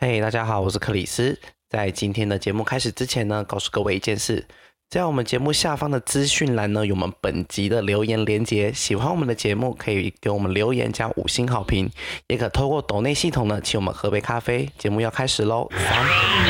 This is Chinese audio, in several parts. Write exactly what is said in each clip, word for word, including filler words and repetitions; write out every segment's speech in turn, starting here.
嘿、大家好，我是克里斯。在今天的节目开始之前呢，告诉各位一件事，在我们节目下方的资讯栏呢，有我们本集的留言连结。喜欢我们的节目，可以给我们留言加五星好评，也可透过抖内系统呢，请我们喝杯咖啡。节目要开始喽，三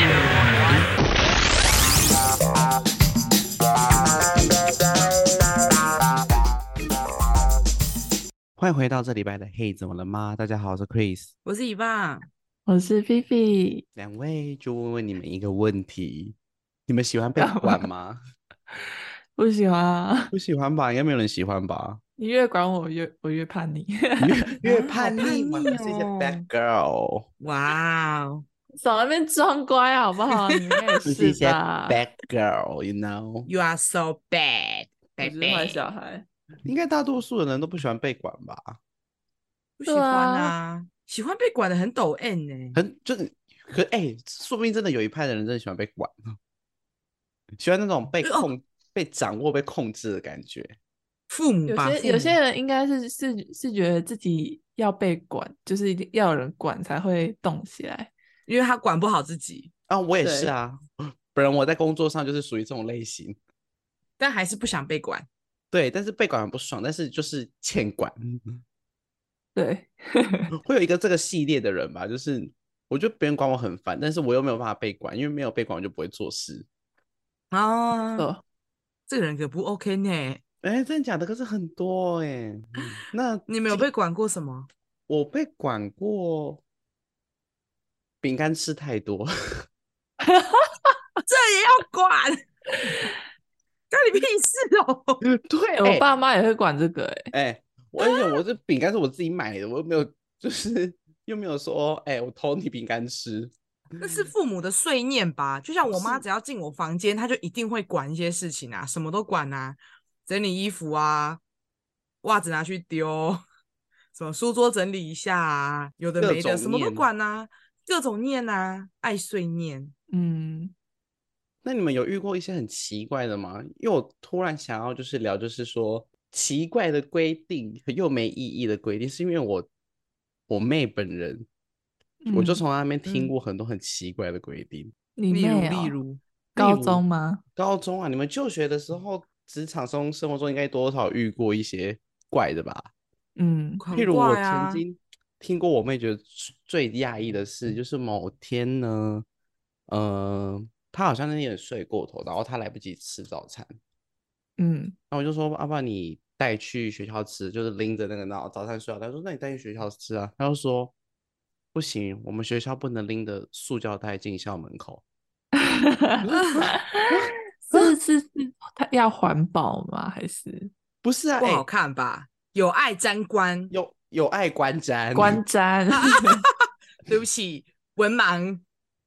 欢迎回到这礼拜的嘿，怎么了吗？大家好，我是 Chris， 我是伊爸， 我是菲菲。 两位就问问你们一个问题：你们喜欢被管吗？ 不喜欢啊！ 不喜欢吧？应该没有人喜欢吧？ 你越管我越我越叛逆。 越越啊叛逆， 好叛逆我们是一些 bad 哦！ girl， 哇哦少在那边装乖好不好？你们也我们是一些是吧？ bad girl，you know？ ，You are so bad， 我 bad 就是坏 bad， 小孩。 应该大多数的人都不喜欢被管吧？ 不喜欢啊，喜欢被管的很抖 M 呢。 很就是可哎、欸说不定真的有一派的人真的喜欢被管，喜欢那种被哦， 控、被掌握、被控制的感觉。 父母吧， 有些父母有些人应该是是是觉得自己要被管，就是一定要有人管才会动起来。 因为他管不好自己， 啊，我也是对啊，不然我在工作上就是属于这种类型。 但还是不想被管。 对，但是被管很不爽，但是就是欠管。 对， 会有一个这个系列的人吧，就是我觉得别人管我很烦，但是我又没有办法被管，因为没有被管我就不会做事。 啊， 错。 这个人可不 OK 呢。 哎，真的假的？可是很多哎、嗯那你没有被管过什么？ 我被管过，饼干吃太多。 这也要管？干你屁事哦！ 对， 欸我哎爸妈也会管这个、欸， 哎，我而且我这饼干是我自己买的，我又没有就是又没有说哎，我偷你饼干吃。 那是父母的碎念吧？就像我妈， 不是只要进我房间，她就一定会管一些事情啊，什么都管啊，整理衣服啊，袜子拿去丢，什么书桌整理一下啊，有的各没的，什么都种念。 管啊，各种念啊，爱碎念。 嗯， 那你们有遇过一些很奇怪的吗？因为我突然想要就是聊，就是说奇怪的规定又没意义的规定，是因为我我妹本人，我就嗯从她那边听嗯， 过很多很奇怪的规定。 你例如妹哦， 例如， 高例如中吗？ 高中啊，你们就学的时候，职场中生活中应该多少遇过一些怪的吧？ 嗯很譬如我怪啊， 曾经听过我妹觉得最讶异的事，就是某天呢，呃，她好像那天也睡过头，然后她来不及吃早餐， 嗯， 然后我就说，要不然你带去学校吃，就是拎着那个那早餐睡好。她说，那你带去学校吃啊？她就说，不行，我们学校不能拎着塑胶袋进校门口。我说啊啊啊， 是是是，他要环保吗？还是不是啊， 不好哎、 看吧？有爱沾光， 有有碍观瞻。 观瞻？ 对不起，文盲。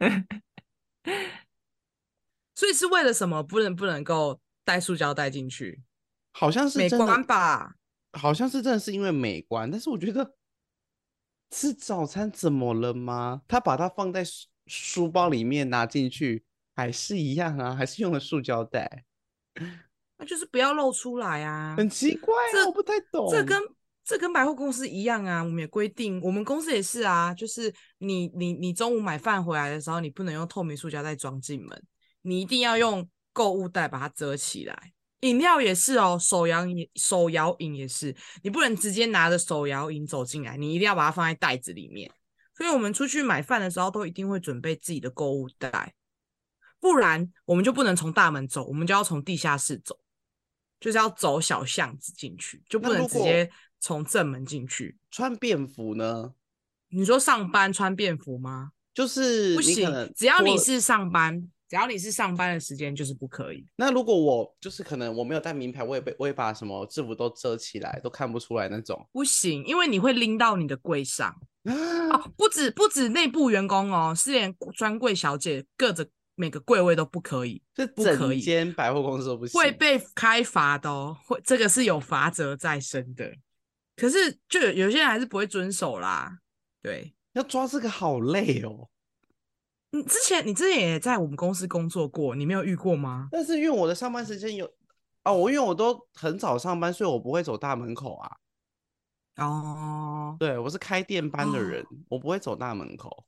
所以是为了什么不能不能够带塑胶袋进去？ 好像是美真的， 观吧？ 好像是真的是因为美观，但是我觉得吃早餐怎么了吗？他把它放在书书包里面拿进去，还是一样啊，还是用了塑胶袋， 那就是不要露出来啊。 很奇怪啊， 这我不太懂。 这跟这跟百货公司一样啊，我们也规定，我们公司也是啊，就是你你你中午买饭回来的时候，你不能用透明塑胶袋装进门，你一定要用购物袋把它遮起来。饮料也是哦，手摇饮手摇饮也是，你不能直接拿着手摇饮走进来，你一定要把它放在袋子里面。所以我们出去买饭的时候，都一定会准备自己的购物袋，不然我们就不能从大门走，我们就要从地下室走。就是要走小巷子进去，就不那如果能直接从正门进去。 穿便服呢？ 你说上班穿便服吗？ 就是不行， 你可能只要脱了。 你是上班，只要你是上班的时间就是不可以。 那如果我就是可能我没有带名牌，我也被我也把什么制服都遮起来，都看不出来那种。 不行，因为你会拎到你的柜上啊， 哦。不止不止内部员工哦，是连专柜小姐各着每个柜位都不可以， 这不可以， 整间百货公司都不行。 会被开罚的哦。会这个是有罚则在身的。可是就有有些人还是不会遵守啦，对。 要抓这个好累哦。 你之前你之前也在我们公司工作过，你没有遇过吗？ 但是因为我的上班时间有哦，我因为我都很早上班，所以我不会走大门口啊。 哦对，我是开店班的人， 哦， 我不会走大门口。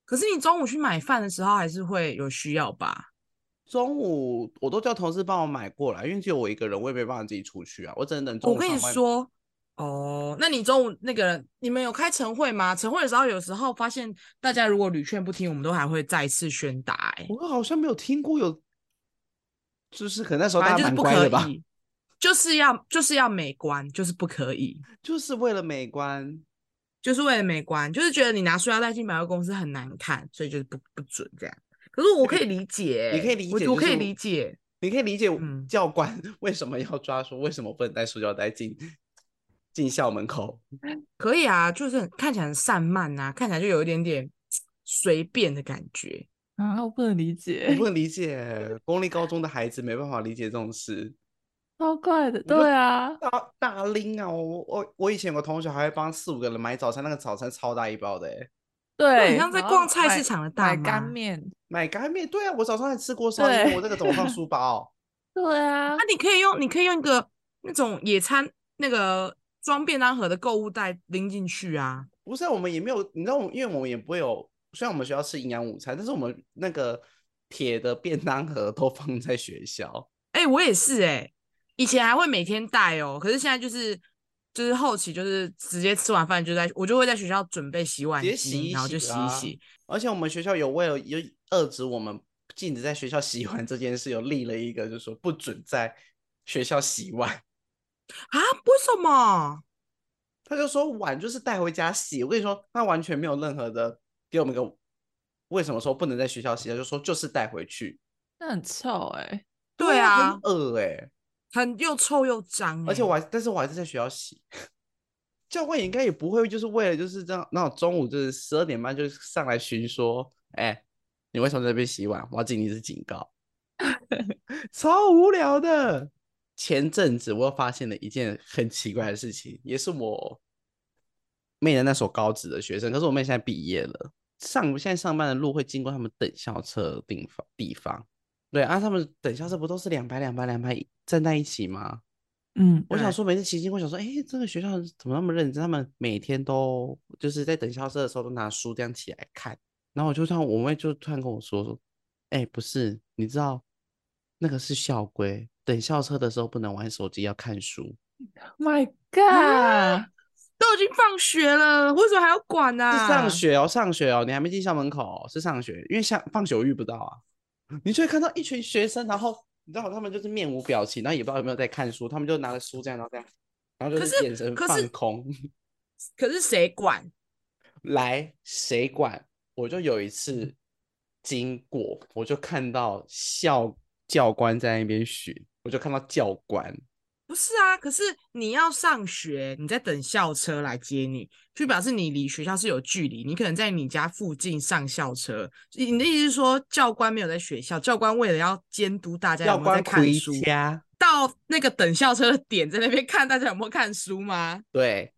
可是你中午去买饭的时候还是会有需要吧？ 中午我都叫同事帮我买过来，因为只有我一个人，我也没办法自己出去啊，我只能等中我跟你午上班。 说，哦，那你中午那个你们有开晨会吗？晨会的时候，有时候发现大家如果屡劝不听，我们都还会再次宣达、欸， 我好像没有听过有，就是可能那时候大家反正就是不蛮乖的吧， 可以，就是要就是要美观，就是不可以， 就是为了美观。 就是为了美观，就是觉得你拿塑料袋进百货公司很难看，所以就是不不准这样。可是我可以理解、 你可以欸， 理解，就是我我可以理解， 你可以理解嗯， 教官为什么要抓说为什么不能带塑胶袋进进校门口。 可以啊，就是很看起来很散漫啊，看起来就有一点点随便的感觉。 啊，我不能理我不解， 能理解，公立高中的孩子没办法理解这种事。 超怪的。 我就对啊， 大大拎啊！我我我以前有个同学还会帮四五个人买早餐，那个早餐超大一包的哎， 对， 就很像在然逛菜市后买场的大买干妈。 面， 买干面。对啊，我早上还吃锅烧意面，我对这个怎么放书包？ 对啊， 啊，你可以用，你可以用一个那种野餐那个装便当盒的购物袋拎进去啊。 不是啊，我们也没有，你知道，因为我们也不会有，虽然我们学校吃营养午餐，但是我们那个铁的便当盒都放在学校。 哎、我也是哎、以前还会每天带哦，可是现在就是就是后期就是直接吃完饭就在，我就会在学校准备洗直接碗巾， 洗一洗然后就洗一啊！ 洗。 而且我们学校有为了有遏制我们禁止在学校洗碗这件事，有立了一个，就是说不准在学校洗碗。 啊？为什么？ 他就说碗就是带回家洗。我跟你说，他完全没有任何的给我们一个为什么说不能在学校洗，他就说就是带回去。 那很臭哎、 对啊，很对啊， 恶哎、欸， 很又臭又脏哎、 而且我还，但是我还是在学校洗。教官也应该也不会就是为了就是这样，那种中午就是十二点半就上来巡说，哎、欸，你为什么在这边洗碗？我要记你一次警告。超无聊的。前阵子我又发现了一件很奇怪的事情，也是我妹的那所高职的学生，可是我妹现在毕业了，上现在上班的路会经过他们等校车的地方地方。对啊，他们等校车不都是两排两排两排站在一起吗？ 嗯， 对， 我想说，每次骑经过，想说，哎，这个学校怎么那么认真？他们每天都就是在等校车的时候都拿书这样起来看。然后我就突然，我妹就突然跟我说说，哎，不是，你知道那个是校规，等校车的时候不能玩手机，要看书。 My 啊， God， 都已经放学了，为什么还要管呢、 是上啊？ 学哦，上学哦，你还没进校门口哦，是上学，因为下放学我遇不到啊。你就会看到一群学生，然后你知道他们就是面无表情，然后也不知道有没有在看书，他们就拿着书这样，然后这样，然后就可是是眼神可是放空。 可是谁管？ 来，谁管？我就有一次经过，我就看到校教官在那边巡，我就看到教官。 不是啊，可是你要上学，你在等校车来接你，就表示你离学校是有距离，你可能在你家附近上校车。你的意思是说，教官没有在学校，教官为了要监督大家有教没有在官回看书， 家。 到那个等校车的点在那边看大家有没有看书吗？ 对，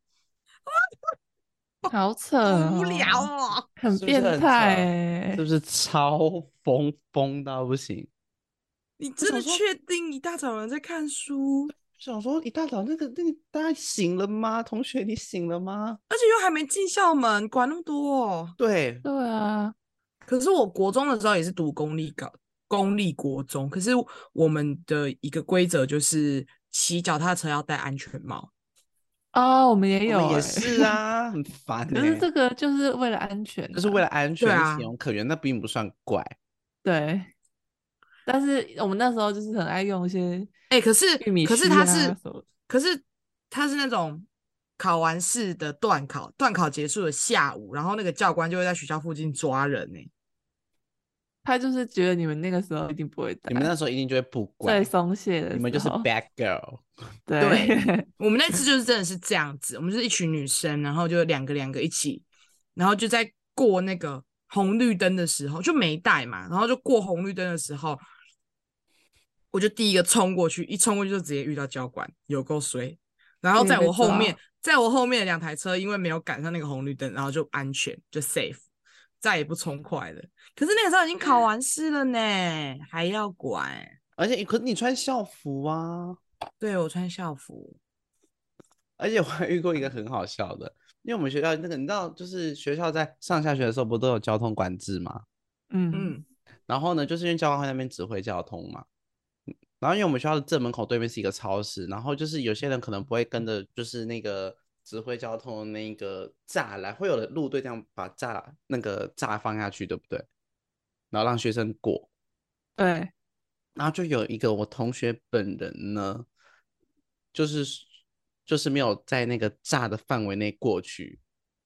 好扯好无聊哦， 哦！ 很是不是很变态扯？是不哎、 是超疯疯到不行？ 你我想说， 真的确定一大早有人在看书， 想说一大早那个那个大家醒了吗？同学你醒了吗？ 而且又还没进校门，管那么多哦？ 对， 对啊， 可是我国中的时候也是读公立高公立国中，可是我们的一个规则就是骑脚踏车要戴安全帽。 哦，我们也我们也有哎、 是啊，很烦可是哎、 这个就是为了安全啊， 就是为了安全是对啊， 情有可原，那并不算怪。 对。但是我们那时候就是很爱用一些哎、可是玉米可是须他是啊什么的， 可是他是那种考完试的段考，段考结束的下午，然后那个教官就会在学校附近抓人呢、 他就是觉得你们那个时候一定不会你们那带， 时候一定就会不最乖， 松懈的你们就是时候， bad girl。 对， 对， 我们那次就是真的是这样子，我们就是一群女生，然后就两个两个一起，然后就在过那个红绿灯的时候就没带嘛，然后就过红绿灯的时候，我就第一个冲过去，一冲过去就直接遇到教官，有够衰。然后在直接被我后面， 抓。 在我后面的两台车因为没有赶上那个红绿灯，然后就安全就 safe，再也不冲快了。可是那个时候已经考完试了呢，还要管？ 而且可是你穿校服啊， 对我穿校服， 而且我还遇过一个很好笑的， 因为我们学校那个你知道，就是学校在上下学的时候不都有交通管制吗？ 嗯嗯， 然后呢，就是因为教官会在那边指挥交通嘛。然后因为我们学校的正门口对面是一个超市，然后就是有些人可能不会跟着，就是那个指挥交通的那个栅栏，会有的路队这样把栅那个栅放下去，对不对？然后让学生过。 对， 然后就有一个我同学本人呢，就是就是没有在那个栅的范围内过去，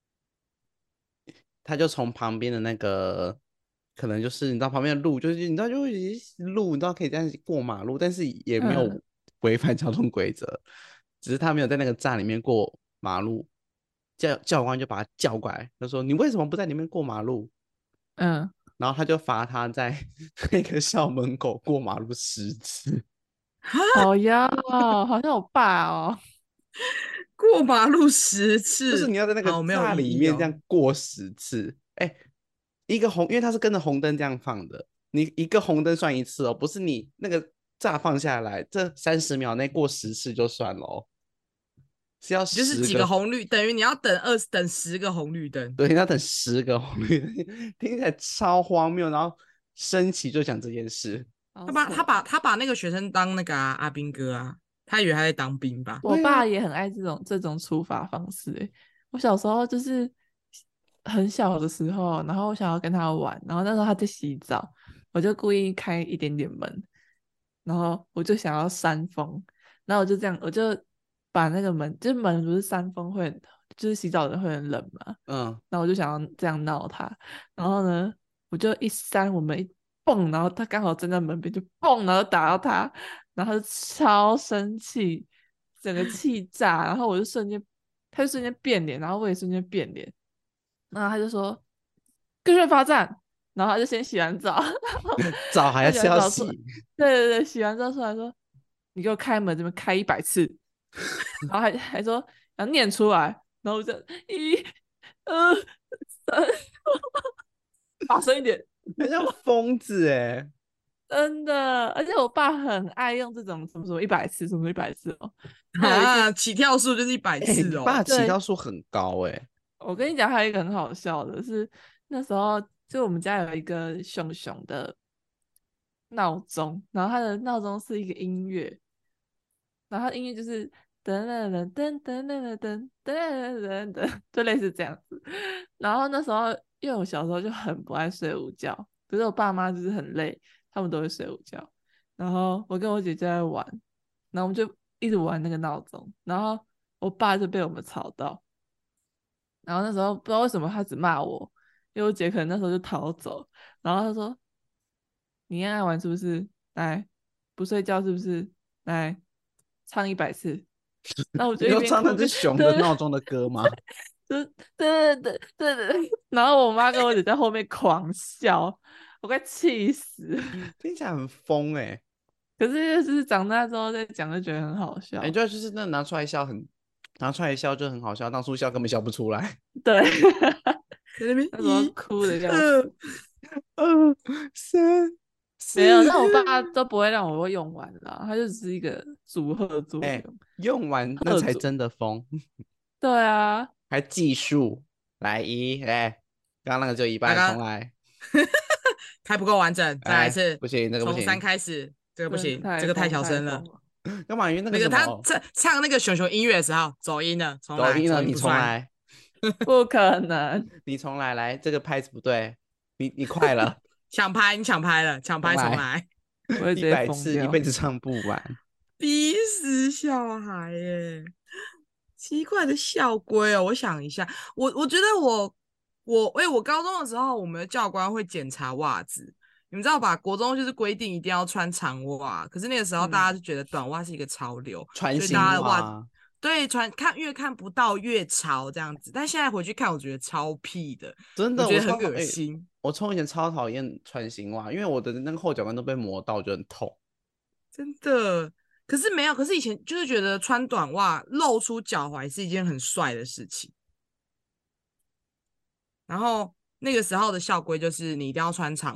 他就从旁边的那个，可能就是你知道旁边的路，就是你知道就路，你知道可以这样过马路，但是也没有嗯违反交通规则，只是他没有在那个站里面过马路，教教官就把他叫过来，他说你为什么不在里面过马路？ 嗯， 然后他就罚他在那个校门口过马路十次。 好呀，好像我爸哦。 过马路十就是次， 你要在那个好没有栅意义哦。 里面这样过十次，哎，一个红，因为它是跟着红灯这样放的，你一个红灯算一次哦，不是你那个栅放下来，这三十秒内过十次就算了哦，是要就是几个十个， 红绿，等于你要等二十等十个红绿灯。 对，你要等十个红绿灯，听起来超荒谬，然后升旗就讲这件事， 好扯他把他把哦。 他把那个学生当那个啊阿兵哥啊，他以为他在当兵吧？ 我对啊， 爸也很爱这种这种处罚方式欸。我小时候就是很小的时候，然后我想要跟他玩，然后那时候他在洗澡，我就故意开一点点门，然后我就想要扇风，然后我就这样，我就把那个门，就是门不是扇风会很，就是洗澡的人会很冷嘛， 嗯， 然后我就想要这样闹他，然后呢，我就一扇我们一蹦，然后他刚好站在门边，就蹦，然后打到他，然后他就超生气，整个气炸，然后我就瞬间，他就瞬间变脸，然后我也瞬间变脸，然后他就说个人罚站，然后他就先洗完澡，然后他洗澡还是完澡出， 要洗， 对对对，洗完澡出来说，你给我开门，这边开一百次，然后还还说要念出来，然后我就一、二、三，大声一点。 很像疯子哎， 真的，而且我爸很爱用这种什么什么一百次，什么一百次哦。他有一次， 啊，起跳数就是一百哎， 次哦。 你爸起对， 跳数很高哎， 我跟你讲，还有一个很好笑的是，那时候就我们家有一个熊熊的闹钟，然后它的闹钟是一个音乐，然后它音乐就是噔噔噔噔噔噔噔噔噔噔，就类似这样子。然后那时候因为我小时候就很不爱睡午觉，可是我爸妈就是很累，他们都会睡午觉。然后我跟我姐姐在玩，然后我们就一直玩那个闹钟，然后我爸就被我们吵到。然后那时候不知道为什么他只骂我，因为我姐可能那时候就逃走，然后他说你爱玩是不是？来，不睡觉是不是？来，唱一百次。那我就你一边哭一说唱那只边对对熊的闹钟的歌吗？ 对对对对对对，然后我妈跟我姐在后面狂笑，我快气死。 听起来很疯哎。 可是就是长大之后再讲就觉得很好哎， 笑。 对啊，就是那拿出来笑很，拿出来笑就很好笑，当初笑根本笑不出来。 对， 在那边那时候一哭的要二死。 二三没有， 四， 但我爸都不会让我用完啦，他就只是一个组合作哎， 用， 用完那贺组。 才真的疯， 对啊， 还计数，来一，哎，刚刚那个就一半，重刚刚来， 还不够完整，再来一哎， 次， 不行，这个不从三行， 开始，这个不真的行，这个太太疯小声了。 太疯了。 干嘛？因为那个那个他什么唱唱那个熊熊音乐的时候走音了，重来， 抖音了，你走音不算。 重来， 不可能， 你重来，来，这个拍子不对，你你快了， 抢拍，你抢拍了，抢拍重重来， 来， 我会直接一百疯掉。 次一辈子唱不完。 逼死小孩耶！奇怪的校规哦，我想一下，我我觉得我我哎、我高中的时候，我们的教官会检查袜子，你们知道吧？国中就是规定一定要穿长袜，可是那个时候大家嗯， 就觉得短袜是一个潮流，所以大船型家的袜子袜， 对穿看越看不到越潮这样子。但现在回去看，我觉得超屁的， 真的， 我觉得很我超讨厌， 恶心。 我从以前超讨厌船型袜，因为我的那个后脚跟都被磨到，我觉得很痛。 真的。可是没有，可是以前就是觉得穿短袜露出脚踝是一件很帅的事情。然后那个时候的校规就是你一定要穿长袜，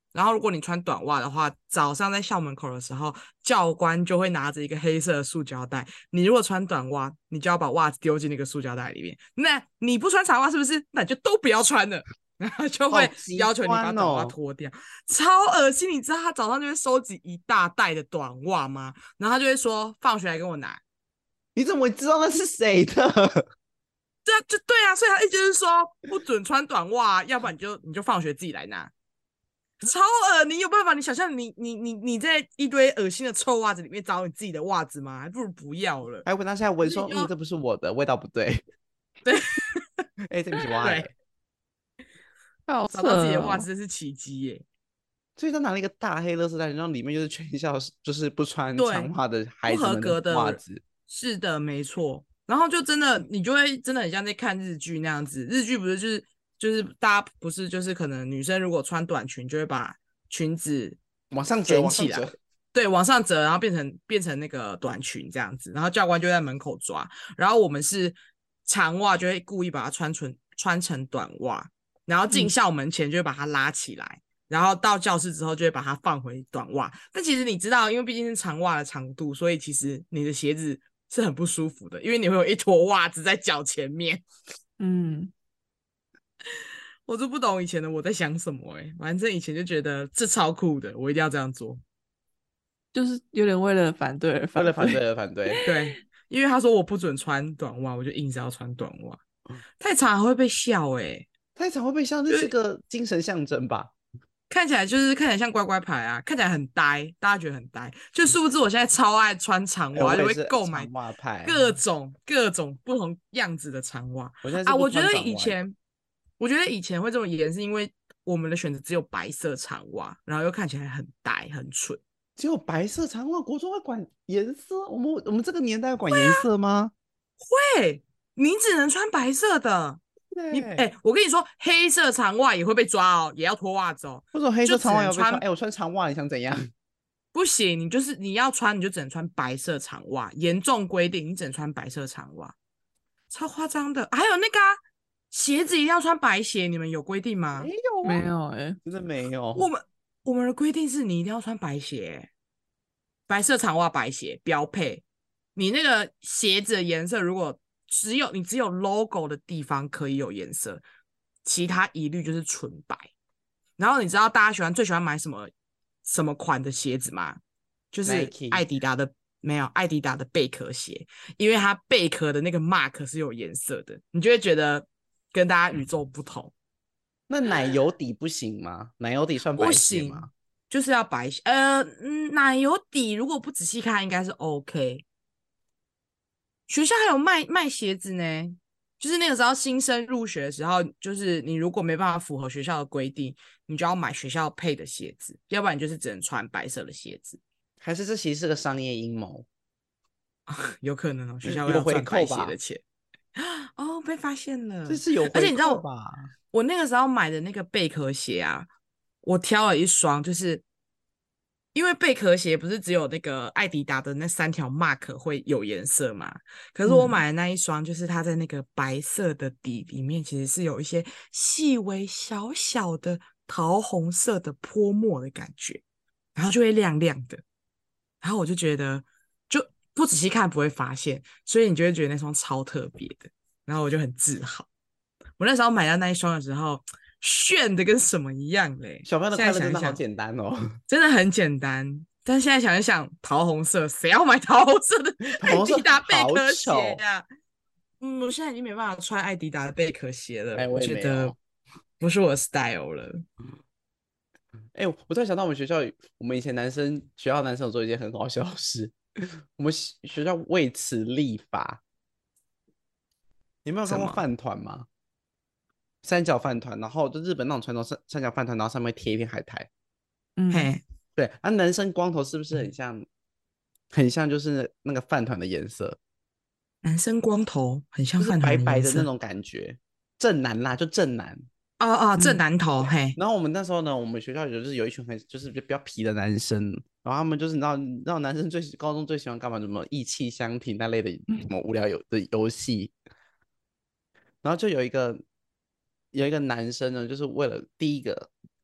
然后如果你穿短袜的话，早上在校门口的时候，教官就会拿着一个黑色的塑胶袋。你如果穿短袜，你就要把袜子丢进那个塑胶袋里面。那你不穿长袜是不是？那你就都不要穿了。然后就会要求你把短袜脱掉，超恶心！你知道他早上就会收集一大袋的短袜吗？然后他就会说放学来跟我拿。 你怎么知道那是谁的？ 对啊，就对啊，所以他意思就是说不准穿短袜，要不然你就你就放学自己来拿。超恶！你有办法？你想象你你你你在一堆恶心的臭袜子里面找你自己的袜子吗？还不如不要了。 还闻到现在闻说，嗯，这不是我的，味道不对。 对， 哎、欸，这不是袜哎， 找到自己的袜子真是奇迹耶！ 所以他拿了一个大黑垃圾袋，然后里面就是全校就是不穿长袜的孩子们的袜子。 是的，没错。然后就真的你就会真的很像在看日剧那样子。日剧不是就是就是大家不是就是可能女生如果穿短裙就会把裙子往上折， 卷起来，对，往上折，然后变成变成那个短裙这样子。然后教官就在门口抓，然后我们是长袜就会故意把它穿成穿成短袜，然后进校门前就会把它拉起来。嗯，然后到教室之后就会把它放回短袜。但其实你知道，因为毕竟是长袜的长度，所以其实你的鞋子是很不舒服的，因为你会有一坨袜子在脚前面。 嗯， 我就不懂以前的我在想什么哎、欸，反正以前就觉得这超酷的，我一定要这样做， 就是有点为了反对而反对， 为了反对而反对。 对，因为他说我不准穿短袜，我就硬是要穿短袜。太长还会被笑哎、欸， 太长会被笑，这是个精神象征吧？ 看起来就是看起来像乖乖牌啊，看起来很呆，大家觉得很呆。就殊不知我现在超爱穿长袜，就、欸、会购买各种各种不同样子的长袜。 我现在是啊，我觉得以前，我觉得以前会这么严，是因为我们的选择只有白色长袜，然后又看起来很呆很蠢。 只有白色长袜，国中会管颜色？我们我们这个年代要管颜色吗？ 会、啊，会，你只能穿白色的。你哎、欸，我跟你说，黑色长袜也会被抓哦，也要脱袜子哦。 为什么黑色长袜要被抓？哎、欸，我穿长袜，你想怎样？ 不行，你就是你要穿，你就只能穿白色长袜，严重规定，你只能穿白色长袜，超夸张的。还有那个、啊、鞋子一定要穿白鞋，你们有规定吗？ 没有、啊， 没有哎、欸， 真的没有。 我们我们的规定是你一定要穿白鞋，白色长袜、白鞋标配。你那个鞋子的颜色，如果只有你只有 logo 的地方可以有颜色，其他一律就是纯白。然后你知道大家喜欢最喜欢买什么什么款的鞋子吗？就是艾迪达的，没有艾迪达的贝壳鞋，因为它贝壳的那个 mark 是有颜色的，你就会觉得跟大家与众不同。 那奶油底不行吗？奶油底算白鞋吗？ 不行，就是要白鞋。呃，奶油底如果不仔细看应该是 OK。学校还有卖卖鞋子呢，就是那个时候新生入学的时候，就是你如果没办法符合学校的规定，你就要买学校配的鞋子，要不然你就是只能穿白色的鞋子。 还是这其实是个商业阴谋？ 有可能哦，学校要赚白鞋的钱。哦，被发现了， 这是有回扣吧？而且你知道我， 我那个时候买的那个贝壳鞋啊，我挑了一双，就是因为贝壳鞋不是只有那个艾迪达的那三条 mark 会有颜色嘛？可是我买的那一双，就是它在那个白色的底里面，其实是有一些细微小小的桃红色的泼墨的感觉，然后就会亮亮的。然后我就觉得，就不仔细看不会发现，所以你就会觉得那双超特别的。然后我就很自豪。我那时候买到那一双的时候，炫的跟什么一样嘞！ 小朋友的快乐真的好简单哦， 真的很简单。但现在想一想，桃红色，谁要买桃红色的艾迪达贝壳鞋呀、啊？嗯，我现在已经没办法穿艾迪达的贝壳鞋了， 哎、我, 我觉得不是我的 style 了。 哎、欸，我突然想到，我们学校，我们以前男生学校男生有做一件很好笑的事，我们学校为此立法。你没有看过饭团吗？三角饭团，然后就日本那种传统三角饭团，然后上面贴一片海苔。 嗯， 对，啊，男生光头是不是很像？很像就是那个饭团的颜色。 男生光头很像饭团的颜色， 就是白白的那种感觉。正男啦，就正男。 哦哦，正男头、嗯、嘿。 然后我们那时候呢，我们学校就是有一群很就是比较皮的男生，然后他们就是你知道，你知道男生最高中最喜欢干嘛？什么意气相挺那类的什么无聊游的游戏。然后就有一个有一个男生呢，就是为了第一个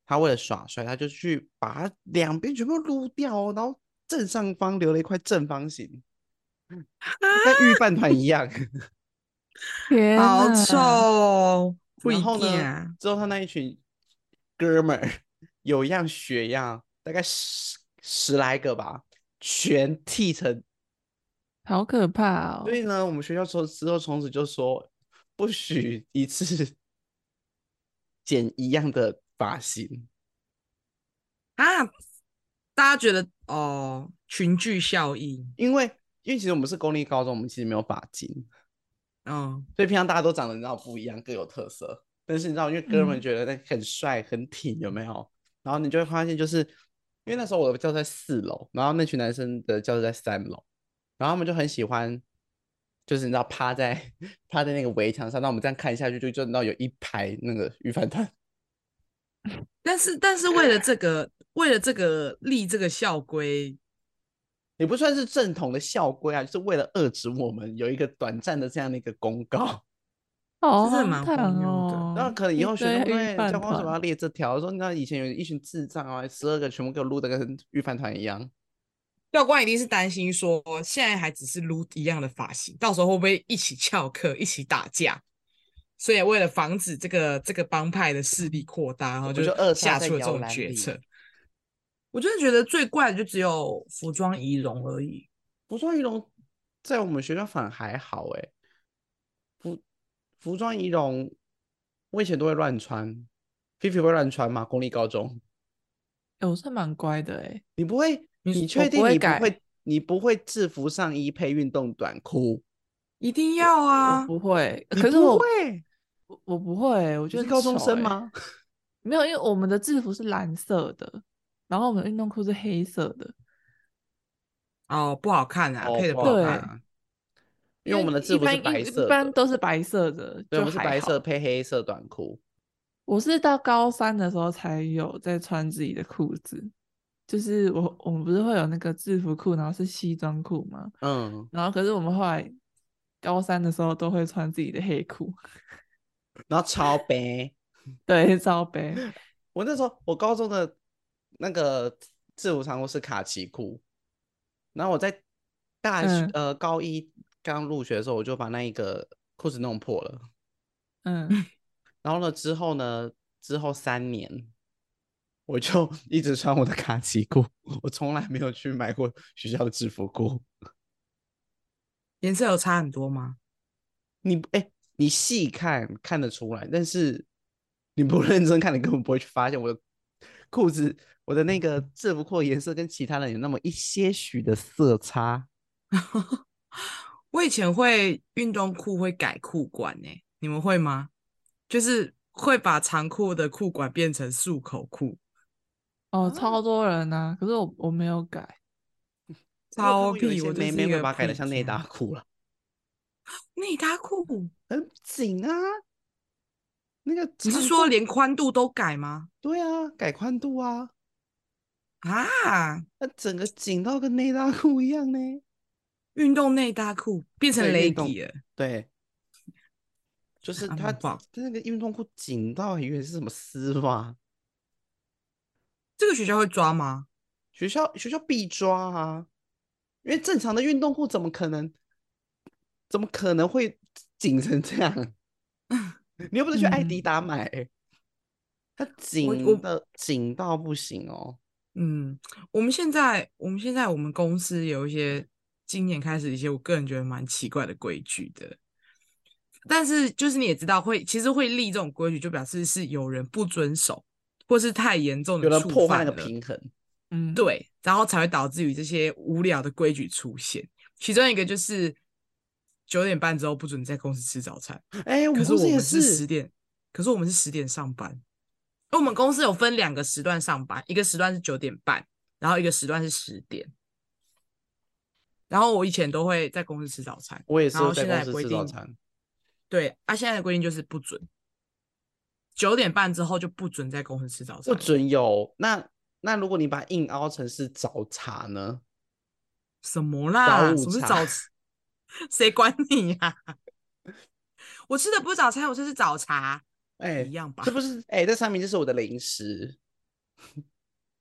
他为了耍帅，他就去把它两边全部撸掉哦，然后正上方留了一块正方形，就跟御饭团一样。 天好臭哪， 哦， 然会后呢， 干。 之后他那一群哥们儿有样学样，大概十十来个吧，全剃成。 好可怕哦！ 所以呢，我们学校从之后从此就说，不许一次剪一样的发型。 啊！大家觉得哦，群聚效应， 因为因为其实我们是公立高中，我们其实没有发巾， 嗯， 所以平常大家都长得你知道不一样，各有特色。但是你知道，因为哥们嗯， 觉得那很帅很挺，有没有？然后你就会发现，就是因为那时候我的教室在四楼，然后那群男生的教室在三楼，然后他们就很喜欢，就是你知道趴在趴在那个围墙上，那我们这样看下去，就就知道有一排那个鱼饭团。 但是但是为了这个，为了这个立这个校规， 也不算是正统的校规啊，就是为了遏制我们有一个短暂的这样的一个公告。 好这真的荒唐蛮荒谬的。 然后哦！一可能以后学堆御生对教饭团， 官为什么要列这条？说那以前有一群智障啊，十二个全部给我录的跟预饭团一样。 教官一定是担心说，现在还只是撸一样的发型，到时候会不会一起翘课、一起打架？所以为了防止这个这个帮派的势力扩大，然后就我们就扼杀在摇下出了这种篮里。 决策。我真的觉得最怪的就只有服装仪容而已。 服装仪容在我们学校反而还好哎、服服装仪容我以前都会乱穿。菲菲会乱穿吗？公立高中欸我算蛮乖的哎， 你不会？你我不确定会改， 你不会？你不会制服上衣配运动短裤？ 一定要我啊！ 不会。 你不会？ 可是我我我不会欸，我觉得很你是高中丑哎。 生吗？ 没有，因为我们的制服是蓝色的，然后我们的运动裤是黑色的。 哦，不好看啊， 哦， 配的不好看不好看。 对， 啊，因为我们因为的制服是一般一白色的。 一般都是白色的， 对，我就们是白色还好。 配黑色短裤。 我是到高三的时候才有在穿自己的裤子，就是我我们不是会有那个制服裤，然后是西装裤吗？ 嗯， 然后可是我们后来高三的时候都会穿自己的黑裤， 然后超白。 对，罩杯。 我那时候我高中的那个制服长裤是卡其裤，然后我在大学嗯呃高一刚入学的时候，我就把那一个裤子弄破了。 嗯， 然后呢，之后呢，之后三年我就一直穿我的卡其裤，我从来没有去买过学校的制服裤。 颜色有差很多吗？ 你哎，你细看看得出来，但是你不认真看，你根本不会去发现我的裤子，我的那个制服裤的颜色跟其他人有那么一些许的色差。 我以前会运动裤会改裤管呢、你们会吗？就是会把长裤的裤管变成束口裤， 哦， 啊， 超多人呐、可是我我没有改。 我有看过有一超屁！ 些妹妹会我就是一个把它改的像内屁家搭裤了， 内搭裤。 很紧啊。那个你是长裤， 说连宽度都改吗？ 对啊，改宽度啊， 啊， 那整个紧到跟内搭裤一样呢。 运动内搭裤变成对，运动， leggy 了， 对，就是它还蛮棒。 那个运动裤紧到以为是什么丝袜。 这个学校会抓吗？ 学校学校必抓啊，因为正常的运动裤怎么可能怎么可能会紧成这样？你又不是去艾迪嗯， 达买、欸，它我我紧的紧到不行哦。 嗯，我们现在我们现在我们公司有一些今年开始一些我个人觉得蛮奇怪的规矩的，但是就是你也知道会其实会立这种规矩，就表示是有人不遵守，或是太严重的有人触破坏那个犯了。 平衡。 嗯， 对，然后才会导致于这些无聊的规矩出现。其中一个就是九点半之后不准在公司吃早餐， 哎、欸我们可是公司我们是十也是。 点，可是我们是十点上班。而我们公司有分两个时段上班，一个时段是九点半，然后一个时段是十点。然后我以前都会在公司吃早餐， 我也是会在然后现公司吃早在规定， 餐。 对啊，现在的规定就是不准，九点半之后就不准在公司吃早餐。 不准有。那那如果你把它硬凹成是早茶呢？ 什么早啦？ 午茶。 什么是早？谁管你呀、啊？我吃的不是早餐，我吃的是早茶， 哎、 一样吧？ 这不是哎、欸，这上面就是我的零食。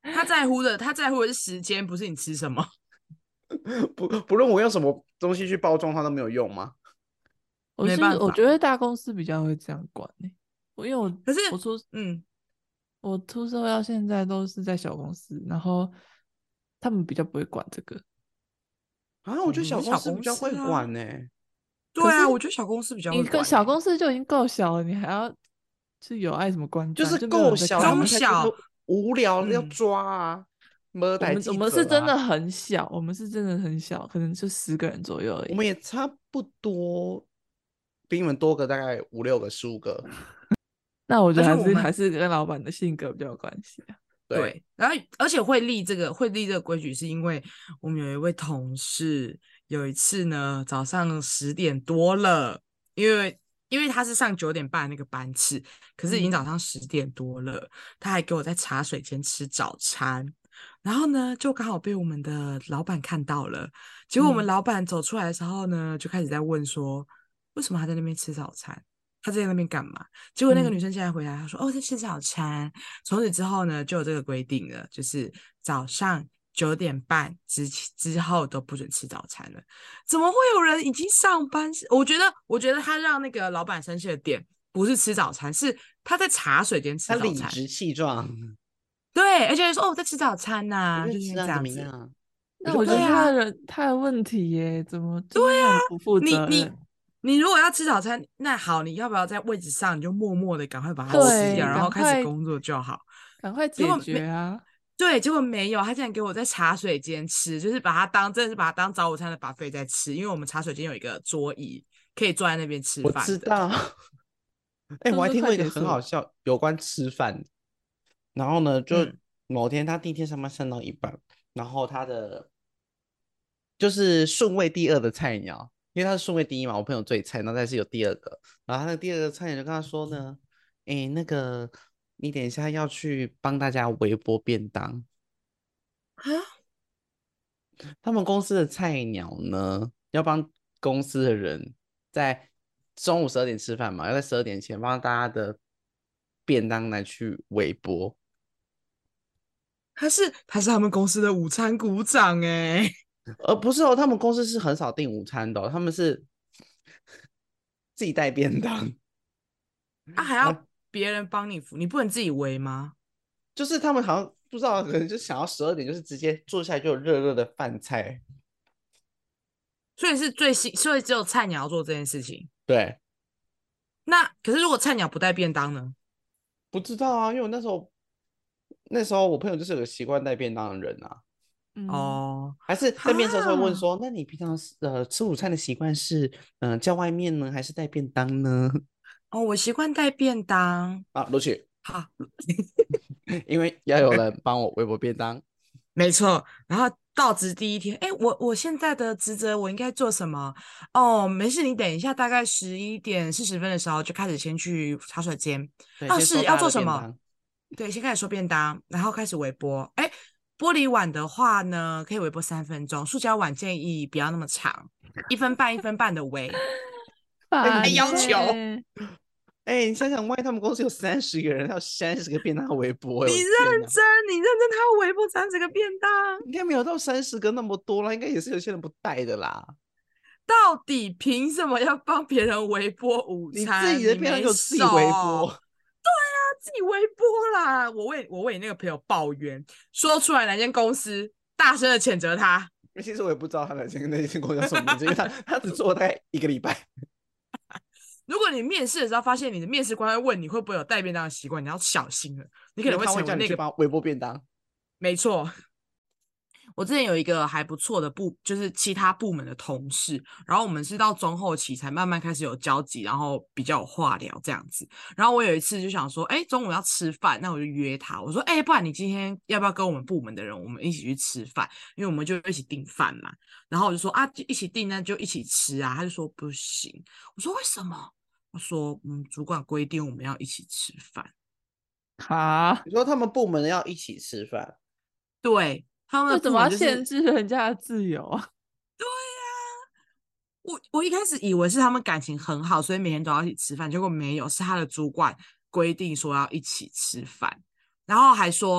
他在乎的，他在乎的是时间，不是你吃什么。 不不论我用什么东西去包装，它都没有用吗？ 我是没办法， 我觉得大公司比较会这样管呢、我因为我可是我出嗯， 我出社会到现在都是在小公司，然后他们比较不会管这个。 啊，我觉得我们是小小公司比较会公司啊， 管呢、 可是对啊，我觉得小公司比较你会管欸。 跟小公司就已经够小了，你还要是有爱什么观战， 就是就没有人在够小，他看你。 中小， 们才觉得无聊要嗯， 抓啊，没我带记们我们是者啊， 真的很小，我们是真的很小，可能就十个人左右而已。 我们也差不多，比你们多个大概五六个、十五个。 那我觉得还而且我们是还是跟老板的性格比较有关系啊。 对， 对，然后而且会立这个会立这个规矩，是因为我们有一位同事，有一次呢早上十点多了，因为因为他是上九点半那个班次，可是已经早嗯上十点多了，他还给我在茶水间吃早餐，然后呢就刚好被我们的老板看到了，结果我们嗯老板走出来的时候呢，就开始在问说，为什么他在那边吃早餐？他在那边干嘛？结果那个女嗯， 生现在回答，她说：“哦，在吃早餐。”从此之后呢，就有这个规定了，就是早上九点半之之后都不准吃早餐了。怎么会有人已经上班？我觉得，我觉得他让那个老板生气的点不是吃早餐，是他在茶水间吃他早餐。 理直气壮， 对，而且说：“哦，我在吃早餐呐、 我啊，就是因为就吃啊，怎么这样子。” 样？我那我觉得就不能。 他的对啊， 人他的问题耶，怎么就是那么不负你你责任？ 你如果要吃早餐，那好，你要不要在位置上你就默默的赶快把它吃掉， 对， 然后赶快开始工作就好？ 赶快解结果没决啊！ 对，结果没有，他竟然给我在茶水间吃，就是把它当真的是把它当早午餐的 buffet 在吃，因为我们茶水间有一个桌椅可以坐在那边吃我饭的。 知道。哎、我还是不是听过一个很快结束？ 好笑，有关吃饭。然后呢，就嗯， 某天他第一天上班上到一半，然后他的就是顺位第二的菜鸟，因为他是顺位第一嘛，我朋友最菜，然后但是有第二个，然后他那个第二个菜鸟就跟他说呢，哎，那个你等一下要去帮大家微波便当， 啊， 他们公司的菜鸟呢，要帮公司的人在中午十二点吃饭嘛，要在十二点前帮大家的便当拿去微波。 他是他是他们公司的午餐股长哎， 而不是哦，他们公司是很少订午餐的哦，他们是自己带便当。 啊还要然后别人帮你扶，你不能自己围吗？ 就是他们好像不知道，可能就想要十二点，就是直接坐下来就有热热的饭菜。 所以是最新，所以只有菜鸟要做这件事情。 对， 那可是如果菜鸟不带便当呢？ 不知道啊，因为我那时候那时候我朋友就是有个习惯带便当的人啊， 嗯， 哦， 还是在面试的时候会问哈， 说，那你平常是呃吃午餐的习惯是嗯、呃叫外面呢，还是带便当呢？ 哦，我习惯带便当。 啊，录取， 好， 因为要有人帮我微波便当。 没错，然后到职第一天，哎，我我现在的职责我应该做什么？哦，没事，你等一下，大概十一点四十分的时候就开始先去茶水间。 对， 哦，是要先收大家做什么？ 的便当。 对，先开始收便当，然后开始微波。哎，玻璃碗的话呢，可以微波三分钟，塑胶碗建议不要那么长，一分半一分半的微。 哎，你还烦知道？ 要求， 呢、 哎，你想想，万一他们公司有三十个人，他有三十个便当微波，哎，我你认的天哪！ 真，你认真，他要微波三十个便当。 应该没有到三十个那么多啦，应该也是有些人不带的啦。 到底凭什么要帮别人微波午你自己餐？ 的便当你没给我自己微手。 波。 自己微波啦！我为我为你那个朋友抱怨，说出来哪间公司，大声的谴责他。 其实我也不知道他那间那间公司叫什么名字，因为他他只做了大概一个礼拜。 如果你面试的时候发现你的面试官会问你会不会有带便当的习惯，你要小心了，你可能会因为他会成为那个。 叫你去帮微波便当。 没错，我之前有一个还不错的部，就是其他部门的同事，然后我们是到中后期才慢慢开始有交集，然后比较有话聊这样子。然后我有一次就想说，哎，中午要吃饭，那我就约他，我说，哎，不然你今天要不要跟我们部门的人，我们一起去吃饭？因为我们就一起订饭嘛。然后我就说啊，就一起订，那就一起吃啊。他就说不行。我说为什么？我说，嗯，主管规定我们要一起吃饭。 哈， 你说他们部门要一起吃饭， 对，他们的为什么要部门就是限制人家的自由啊？ 我我一开始以为是他们感情很好，所以每天都要一起吃饭，结果没有，是他的主管规定说要一起吃饭，然后还说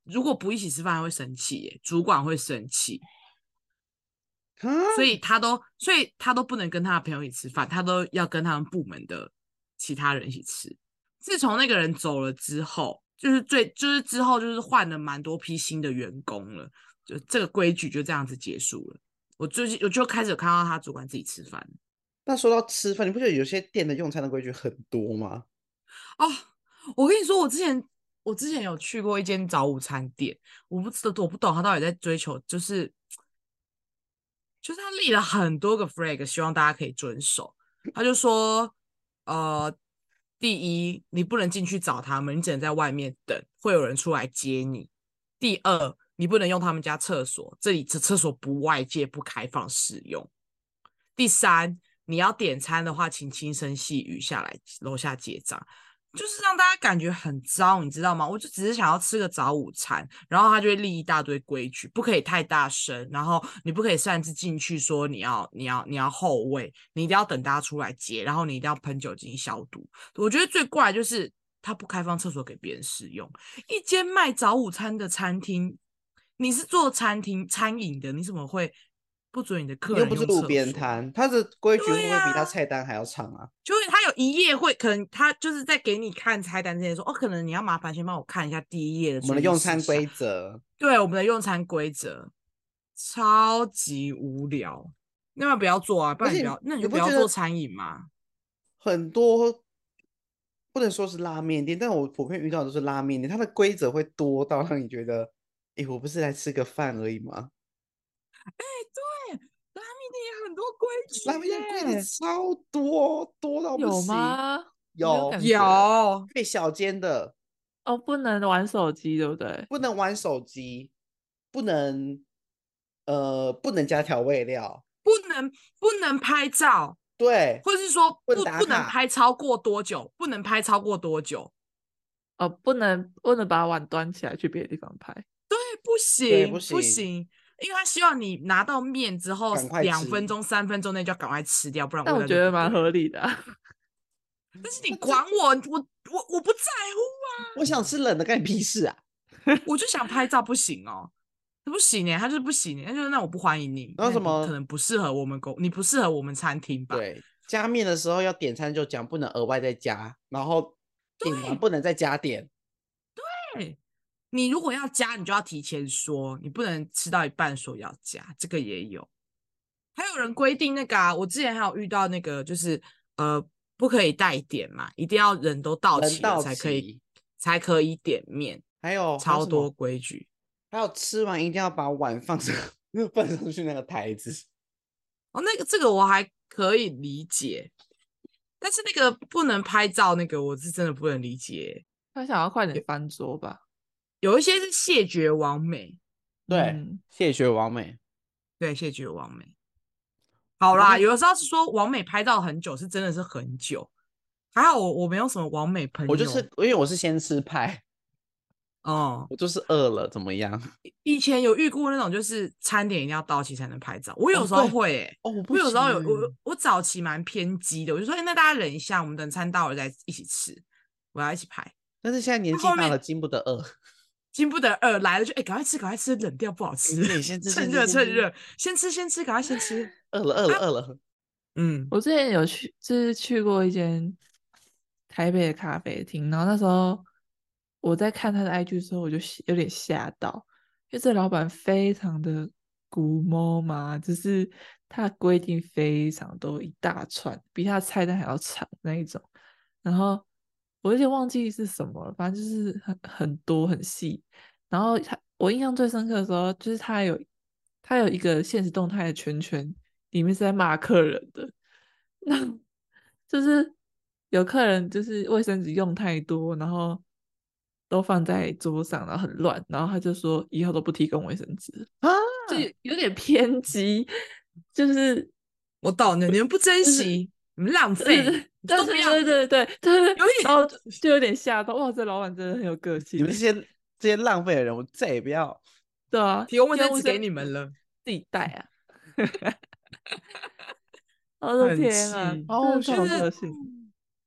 如果不一起吃饭，他会生气耶，主管会生气， 啊， 所以他都所以他都不能跟他的朋友一起吃饭，他都要跟他们部门的其他人一起吃。自从那个人走了之后，就是最就是之后就是换了蛮多批新的员工了，就这个规矩就这样子结束了。我最近我就开始有看到他主管自己吃饭那说到吃饭，你不觉得有些店的用餐的规矩很多吗？ 哦。我跟你说，我之前我之前有去过一间早午餐店，我不知道我不懂他到底在追求，就是就是他立了很多个 flag，希望大家可以遵守。他就说，呃，第一，你不能进去找他们，你只能在外面等，会有人出来接你。第二，你不能用他们家厕所，这里厕所不外借不开放使用。第三，你要点餐的话，请轻声细语下来楼下结账。就是让大家感觉很糟，你知道吗？我就只是想要吃个早午餐，然后他就会立一大堆规矩，不可以太大声，然后你不可以擅自进去说你要你要你要后位，你一定要等大家出来接，然后你一定要喷酒精消毒。我觉得最怪的就是他不开放厕所给别人使用。一间卖早午餐的餐厅，你是做餐厅餐饮的，你怎么会不准你的客又不是路人用厕所？ 边摊，它的规矩会不会比对啊他菜单还要长啊？ 就是他有一页会，可能他就是在给你看菜单之前说，哦，可能你要麻烦先帮我看一下第一页的我们的注意用餐事项。 规则， 对，我们的用餐规则超级无聊，那么不要做啊，不而且然你不要，那你就不你不觉得要做餐饮嘛。 很多不能说是拉面店，但我普遍遇到的都是拉面店，它的规则会多到让你觉得，诶，我不是来吃个饭而已吗？ 哎，对，拉面店也很多规矩拉面店规则耶。 超多，多到不有行。 吗？我没有有感觉。 有， 最小间的哦，不能玩手机，对不对？ 不能玩手机，不能呃不能加调味料， 不能不能拍照， 对， 或是说不能不不能打卡， 拍超过多久，不能拍超过多久。 哦，不能不能把碗端起来去别的地方拍。 对，不对，不行不行， 行，因为他希望你拿到面之后赶快吃。 两分钟、三分钟内就要赶快吃掉，不然但我味道觉得蛮就不对。 合理的啊。 但是你管我，我我我不在乎啊， 我想吃冷的，干你屁事啊！ 我就想拍照，不行哦，不行哎，他就是不行哎，他就是那我不欢迎你，那你不可然后什么？ 能不适合我们公，你不适合我们餐厅吧？ 对，加面的时候要点餐就讲不能额外再加，然后点完对不能再加点。 对，你如果要加，你就要提前说，你不能吃到一半说要加，这个也有。还有人规定那个啊，我之前还有遇到那个，就是呃，不可以带点嘛，一定要人都到齐了人到才可以齐， 才可以点面， 还有还有超多什么？ 规矩。 还有吃完一定要把碗放上放上去那个台子。 哦，那个这个我还可以理解，但是那个不能拍照，那个我是真的不能理解。 他想要快点翻桌吧？ 有一些是谢绝完美， 对， 嗯， 谢绝完美。 对，谢绝完美。好啦， 我看有的时候是说完美拍照很久，是真的是很久。还好我我没有什么完美朋我就是友， 因为我是先吃派， 哦、 我就是饿了，怎么样？ 以前有遇过那种，就是餐点一定要到齐才能拍照。我哦， 有时候对， 会、欸， 哦，我不我有时候有行我我早期蛮偏激的，我就说，哎、那大家忍一下，我们等餐到了再一起吃，我要一起拍。 但是现在年纪大了， 那后面经不得饿。 经不得饿来了就，哎、赶快吃，赶快吃，冷掉不好吃， 对，先吃， 趁先吃，先吃。 热趁热，先吃先吃，赶快先吃。 饿了，饿了， 啊， 饿了。 嗯， 我之前有去，就是去过一间台北的咖啡厅，然后那时候我在看他的 I G 的时候，我就有点吓到，因为这老板非常的古摸嘛，就是他的规定非常多，一大串，比他的菜单还要长那一种。然后我有点忘记是什么了，反正就是很很多很细。然后他我印象最深刻的时候，就是他有他有一个现实动态的圈圈，里面是在骂客人的。那就是有客人就是卫生纸用太多，然后都放在桌上，然后很乱，然后他就说以后都不提供卫生纸， 啊！ 就有有点偏激，就是我懂了，你们不珍就是惜，你们浪对费，你对都不要， 对对对对对对， 有点然后就就有点吓到，哇，这老板真的很有个性欸。 你们这些这些浪费的人，我再也不要。 对啊， 提供卫提供卫生生纸给你们纸了， 自己带啊。我的很天啊， 气。 好好真的超就是笑哦。 个性。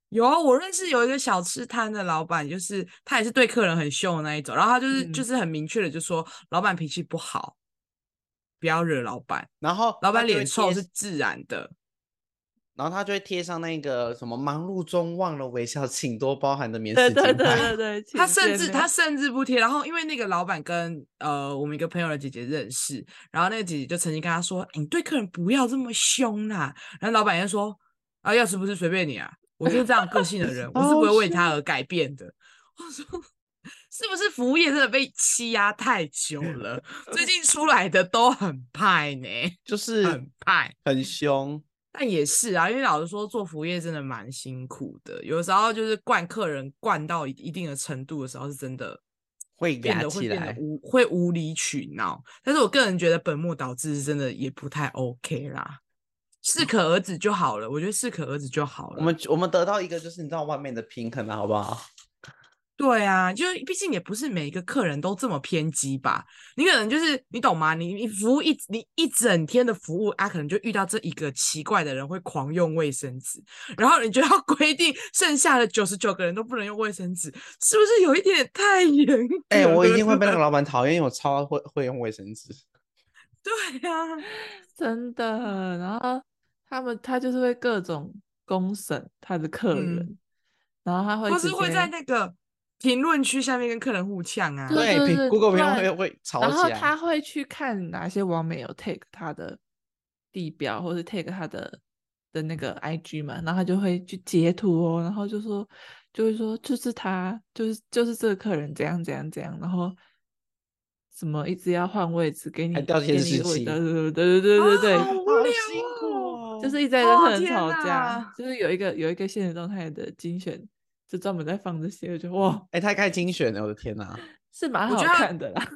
有啊，我认识有一个小吃摊的老板，就是他也是对客人很凶的那一种，然后他就是、 嗯就是很明确的就说，老板脾气不好，不要惹老板， 然后老板他就会贴脸臭是自然的。 然后他就会贴上那个什么忙碌中忘了微笑，请多包涵的免死对对金牌。 对对对， 他请见谅甚至他甚至不贴，然后因为那个老板跟呃我们一个朋友的姐姐认识，然后那个姐姐就曾经跟他说：“欸你对客人不要这么凶啦。”然后老板就说：“啊，要吃不是随便你啊，我就是这样个性的人，我是不会为他而改变的。”我说：“是不是服务业真的被欺压太久了？最近出来的都很派呢， 就是很派。” 很凶。 但也是啊，因为老实说，做服务业真的蛮辛苦的，有时候就是惯客人惯到一定的程度的时候，是真的会压变得会起来， 变得无会无理取闹。但是我个人觉得本末倒置是真的也不太 OK 啦，适可而止就好了。我觉得适可而止就好了。 我们我们得到一个就是你知道外面的平衡了，好不好？ 对啊，就是毕竟也不是每一个客人都这么偏激吧？你可能就是你懂吗？你你服务一你一整天的服务啊，可能就遇到这一个奇怪的人会狂用卫生纸，然后你就要规定剩下的九十九个人都不能用卫生纸，是不是有一点太严格？ 哎、欸，我一定会被那个老板讨厌，因为我超会会用卫生纸。 对啊， 真的。然后他们他就是会各种公审他的客人， 嗯， 然后他会直或是会在接那个评论区下面跟客人互呛啊。 对对对， ，Google 评不然论会会吵然后起来。 他会去看哪些网美有 take 他的地标，或是 take 他的的那个 I G 嘛，然后他就会去截图哦，然后就说就会说就是他就是就是这个客人怎样怎样怎样，然后什么一直要换位置给你还调监给你视器一个位置，对对对对对对啊，好对， 无聊辛苦哦！ 哦。 就是一直在跟客哦， 人天吵架， 哪！ 就是有一个有一个现实动态的精选，就专门在放这些，我觉得哇， 哎、欸，他开精选了，我的天哪！ 是蛮好我觉得他看的啦。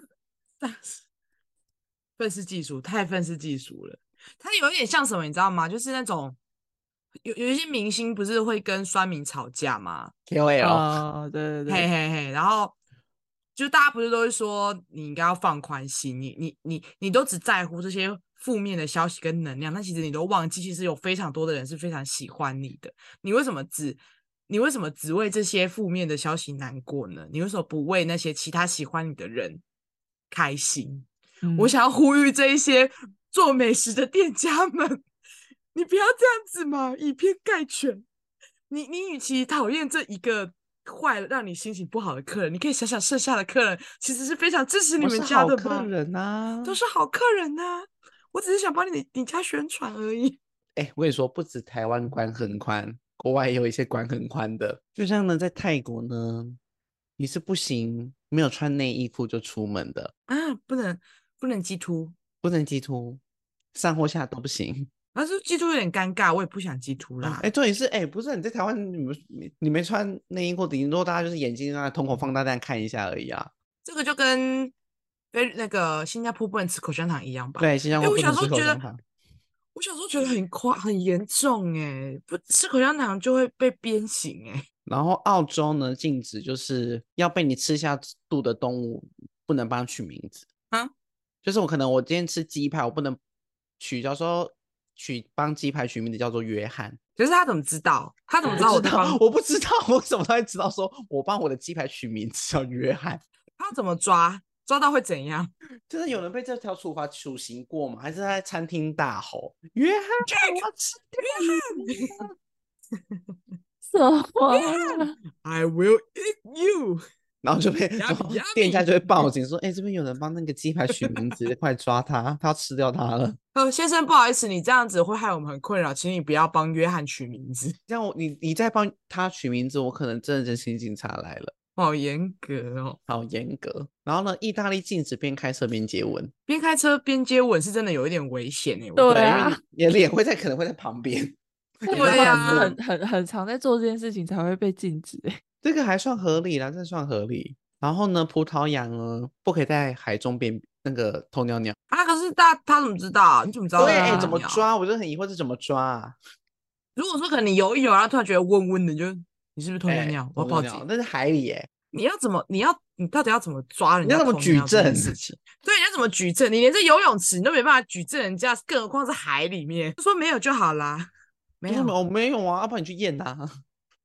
愤世嫉俗，太愤世嫉俗了。他有一点像什么，你知道吗？就是那种有有一些明星不是会跟酸民吵架吗？ K O L， 哦，对对对， 嘿嘿嘿，然后就大家不是都会说你应该要放宽心，你你你你都只在乎这些负面的消息跟能量，但其实你都忘记，其实有非常多的人是非常喜欢你的。你为什么只你为什么只为这些负面的消息难过呢？你为什么不为那些其他喜欢你的人开心？ 嗯， 我想要呼吁这一些做美食的店家们，你不要这样子嘛，以偏概全。你你与其讨厌这一个坏了让你心情不好的客人，你可以想想剩下的客人其实是非常支持你们家的嘛， 客人啊， 都是好客人啊。我只是想帮你你家宣传而已。 哎、欸，我跟你说，不止台湾管很宽，国外也有一些管很宽的。就像呢，在泰国呢，你是不行没有穿内衣裤就出门的啊，不能不能鸡突， 不能鸡突，上或下都不行。 但是鸡突有点尴尬，我也不想鸡突啦。 哎、欸，重点是，哎、欸，不是你在台湾，你们你你没穿内衣裤，顶多大家就是眼睛让瞳孔放大这样看一下而已啊。 这个就跟跟那个新加坡不能吃口香糖一样吧？ 对，新加坡不能吃口香糖。 我小时候觉得很夸很严重哎，不吃口香糖就会被鞭刑哎。 然后澳洲呢，禁止就是要被你吃下肚的动物不能帮它取名字啊， 就是我可能我今天吃鸡排，我不能取叫说取帮鸡排取名字叫做约翰。 可是他怎么知道？他怎么知道我在帮？ 我不知道，我怎么他会知道说我帮我的鸡排取名字叫约翰？ 他怎么抓？抓到会怎样？ 就是有人被这条处罚处刑过吗？还是他在餐厅大吼约翰，我要吃约翰？ 什么 ？I will eat you。 然后就被然后店家就会报警说：“哎、欸，这边有人帮那个鸡排取名字，快抓他，他要吃掉他了。” 呃，先生，不好意思，你这样子会害我们很困扰，请你不要帮约翰取名字。 这样我你你再帮他取名字，我可能真的真心警察来了。 好严格哦， 好严格。然后呢，意大利禁止边开车边接吻， 边开车边接吻是真的有一点危险哎。 对啊， 因为你的脸会在可能会在旁边。 对啊， 很很很常在做这件事情才会被禁止哎。 这个还算合理啦，这算合理。然后呢，葡萄牙呢不可以在海中边那个偷尿尿啊。可是他他怎么知道？你怎么知道？ 对，哎，怎么抓？我就很疑惑，这怎么抓啊？ 如果说可能你游一游，然后突然觉得温温的，就你是不是偷尿尿？欸、我要报警。 那是海里耶、欸。 你要怎么？你要你到底要怎么抓人家？ 你要怎么举证事情？对，你要怎么举证？你连这游泳池你都没办法举证人家，更何况是海里面。说没有就好啦。没有， 我没有啊，要不然你去验啊。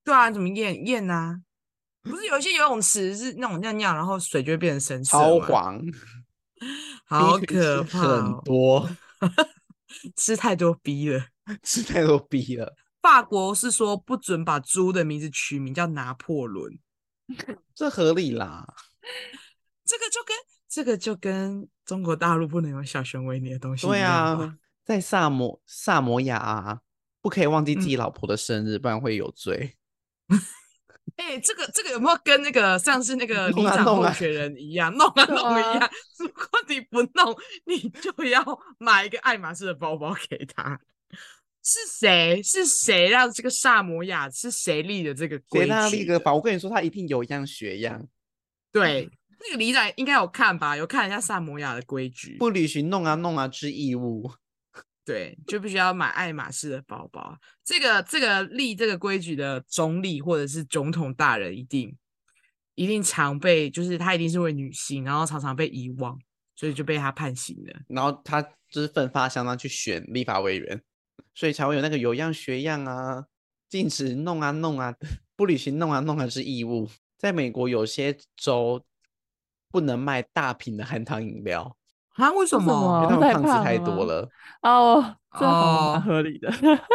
对啊，怎么验验啊？不是有一些游泳池是那种尿尿，然后水就会变成深色吗？ 超黄， 好 B 群吃可怕很哦！ 多， 吃太多 B 了。 吃太多 B 了， 法国是说不准把猪的名字取名叫拿破仑， 这合理啦。 这个就跟这个就跟中国大陆不能有小熊维尼的东西对一样吧？ 啊，在萨摩萨摩亚啊，不可以忘记自嗯， 己老婆的生日，不然会有罪。 哎、欸这个这个有没有跟那个上次那个弄里啊弄啊， 长候选人一样，弄啊对弄一样？ 啊， 如果你不弄，你就要买一个爱马仕的包包给他。是谁？是谁让这个萨摩亚是谁立的这个谁规让他立个法？ 矩的？ 我跟你说，他一定有样学样， 对，那个里长应该有看吧？有看一下萨摩亚的规矩。 不履行弄啊弄啊之义务。 对，就必须要买爱马仕的包包。这个这个立这个规矩的总理或者是总统大人，一定一定常被，就是他一定是位女性，然后常常被遗忘，所以就被他判刑了。 然后他就是奋发相当去选立法委员，所以才会有那个有样学样啊，禁止弄啊弄啊，不履行弄啊弄啊之义务。在美国有些州不能卖大瓶的含糖饮料， 啊？为什为什么？ 么太因为他们胖子太胖了吗？ 多了。 哦，这好像蛮哦， 合理的。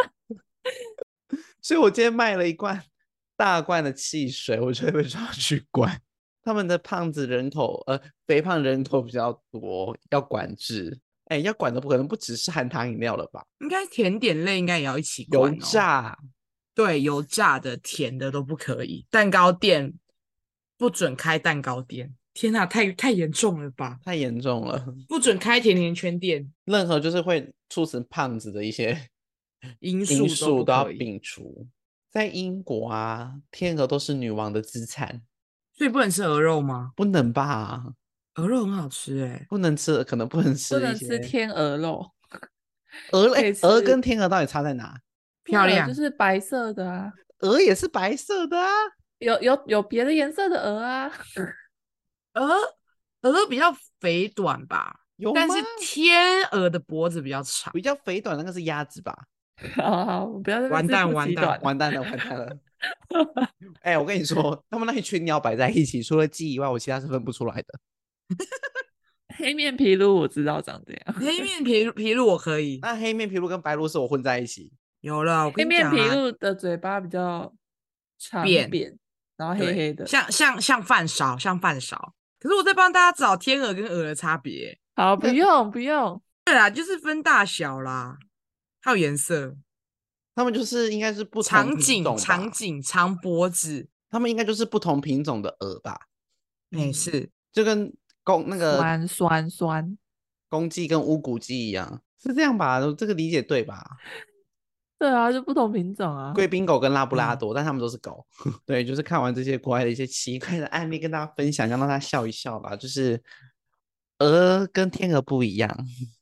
所以我今天卖了一罐大罐的汽水，我就会被抓去管。他们的胖子人口，呃，肥胖人口比较多，要管制。哎，要管的不可能不只是含糖饮料了吧？ 应该甜点类应该也要一起油管哦。 炸， 对，油炸的、甜的都不可以。蛋糕店不准开蛋糕店。天哪，太太严重了吧！ 太严重了。 不准开甜甜圈店， 任何就是会促成胖子的一些因因素都素都要不可以。 摒除。在英国啊，天鹅都是女王的资产， 所以不能吃鹅肉吗？ 不能吧？ 鹅肉很好吃哎、 不能吃，可能不能不能吃吃一些天鹅肉， 鹅。 可以哎，鹅跟吃天鹅到底差在哪？ 漂亮。 天鹅就是白色的啊， 鹅也是白色的啊， 有有有别的颜色的鹅啊。 鹅鹅比较肥短吧， 有吗？ 但是天鹅的脖子比较长。 比较肥短那个是鸭子吧？ 好好，不要在那边完自不蛋完蛋其短。 完蛋了，完蛋了！哎、我跟你说，他们那一群鸟摆在一起，除了鸡以外，我其他是分不出来的。 黑面琵鹭我知道长这样， 黑面琵琵鹭我可以。 那黑面琵鹭跟白鹭是我混在一起， 有了，我黑跟你讲啊， 面琵鹭的嘴巴比较长扁扁，然后黑对， 黑的。 像像像饭勺，像饭勺。可是我在帮大家找天鹅跟鹅的差别。 好，不那用不用， 对啦，就是分大小啦，还有颜色、 他们就是应该是不同品场景、 种吧？ 场景、长脖子。 他们应该就是不同品种的鹅吧？ 哎、是就跟公那个酸酸酸。 公鸡跟乌骨鸡一样，是这样吧？这个理解对吧？ 对啊，就不同品种啊。 贵宾狗跟拉布拉嗯多，但他们都是狗。对，就是看完这些国外的一些奇怪的案例，跟大家分享，让大家笑一笑吧。就是鹅跟天鹅不一样，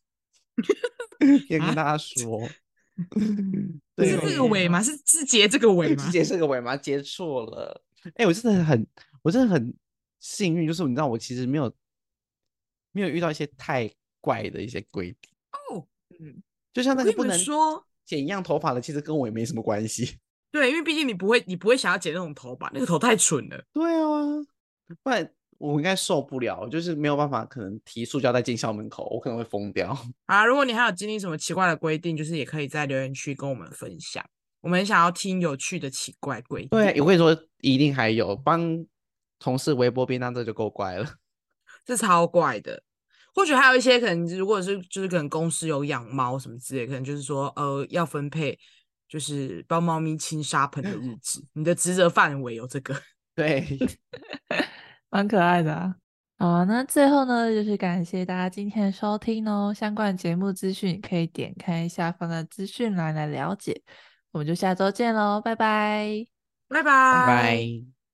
也跟啊， 大家说。 是对， 这个尾吗？是是结这个尾吗？ 直接是个尾吗？接错了。哎、我真的很，我真的很幸运，就是你知道，我其实没有没有遇到一些太怪的一些规定， 哦， 嗯， 就像我跟你们那个不能说， 剪一样头发的，其实跟我也没什么关系。 对，因为毕竟你不会，你不会想要剪那种头吧？那个头太蠢了。 对啊，不然我应该受不了，就是没有办法，可能提塑胶袋进校门口，我可能会疯掉。 啊，如果你还有经历什么奇怪的规定，就是也可以在留言区跟我们分享。我们很想要听有趣的奇怪规定。 对，我跟你说，一定还有帮同事微波便当，这就够怪了。 这超怪的。或许还有一些可能，如果是就是可能公司有养猫什么之类，可能就是说呃要分配，就是帮猫咪清沙盆的日子，你的职责范围有这个。 对， 蛮可爱的啊。好啊，那最后呢，就是感谢大家今天的收听哦。相关的节目资讯可以点开下方的资讯栏来了解。我们就下周见喽，拜拜。 拜拜拜。 拜。